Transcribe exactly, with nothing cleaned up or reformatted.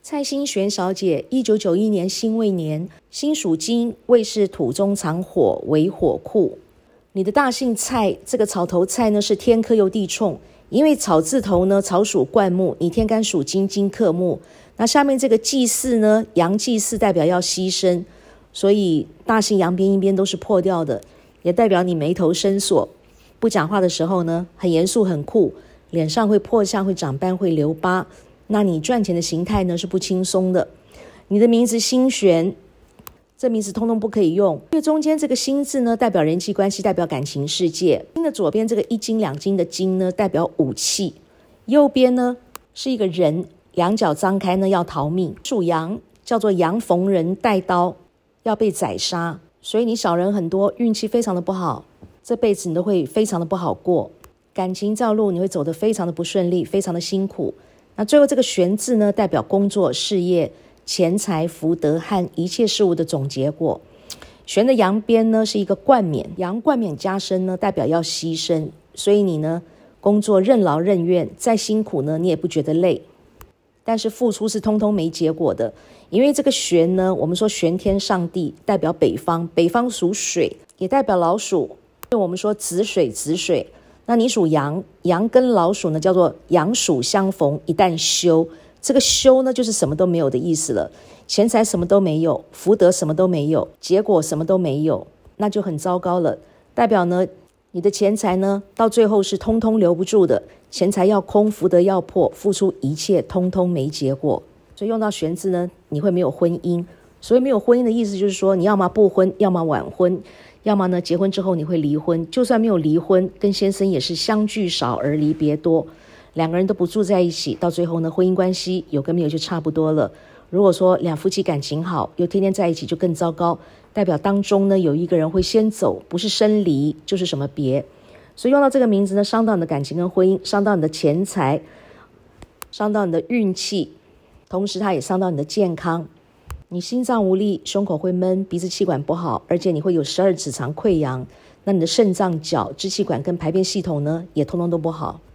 蔡新璇小姐，一九九一年辛未年，辛属金，未是土中藏火，为火库。你的大姓蔡，这个草头蔡呢是天克又地冲，因为草字头呢，草属灌木，你天干属金，金克木。那下面这个祭祀呢，阳祭祀代表要牺牲，所以大姓阳边阴边都是破掉的，也代表你眉头深锁，不讲话的时候呢，很严肃很酷，脸上会破相，会长斑，会留疤。那你赚钱的形态呢是不轻松的。你的名字新璇，这名字通通不可以用，因为中间这个新字呢代表人际关系，代表感情世界。金的左边这个一斤两斤的金呢代表武器，右边呢是一个人，两脚张开呢要逃命。属羊，叫做羊逢人带刀，要被宰杀，所以你小人很多，运气非常的不好，这辈子你都会非常的不好过，感情道路你会走得非常的不顺利，非常的辛苦。那最后这个璇字呢代表工作事业钱财福德和一切事物的总结果。璇的阳边呢是一个冠冕，阳冠冕加身呢代表要牺牲，所以你呢工作任劳任怨，再辛苦呢你也不觉得累，但是付出是通通没结果的。因为这个璇呢，我们说玄天上帝，代表北方，北方属水，也代表老鼠，因为我们说子水子水，那你属羊，羊跟老鼠呢叫做羊鼠相逢，一旦休，这个休呢就是什么都没有的意思了，钱财什么都没有，福德什么都没有，结果什么都没有，那就很糟糕了。代表呢你的钱财呢到最后是通通留不住的，钱财要空，福德要破，付出一切通通没结果。所以用到璇字呢，你会没有婚姻。所以没有婚姻的意思就是说，你要么不婚，要么晚婚，要么呢结婚之后你会离婚，就算没有离婚，跟先生也是相聚少而离别多，两个人都不住在一起，到最后呢婚姻关系有跟没有就差不多了。如果说两夫妻感情好，又天天在一起就更糟糕，代表当中呢有一个人会先走，不是生离就是什么别。所以用到这个名字呢，伤到你的感情跟婚姻，伤到你的钱财，伤到你的运气，同时它也伤到你的健康。你心脏无力，胸口会闷，鼻子气管不好，而且你会有十二指肠溃疡，那你的肾脏、脚、支气管跟排便系统呢也通通都不好。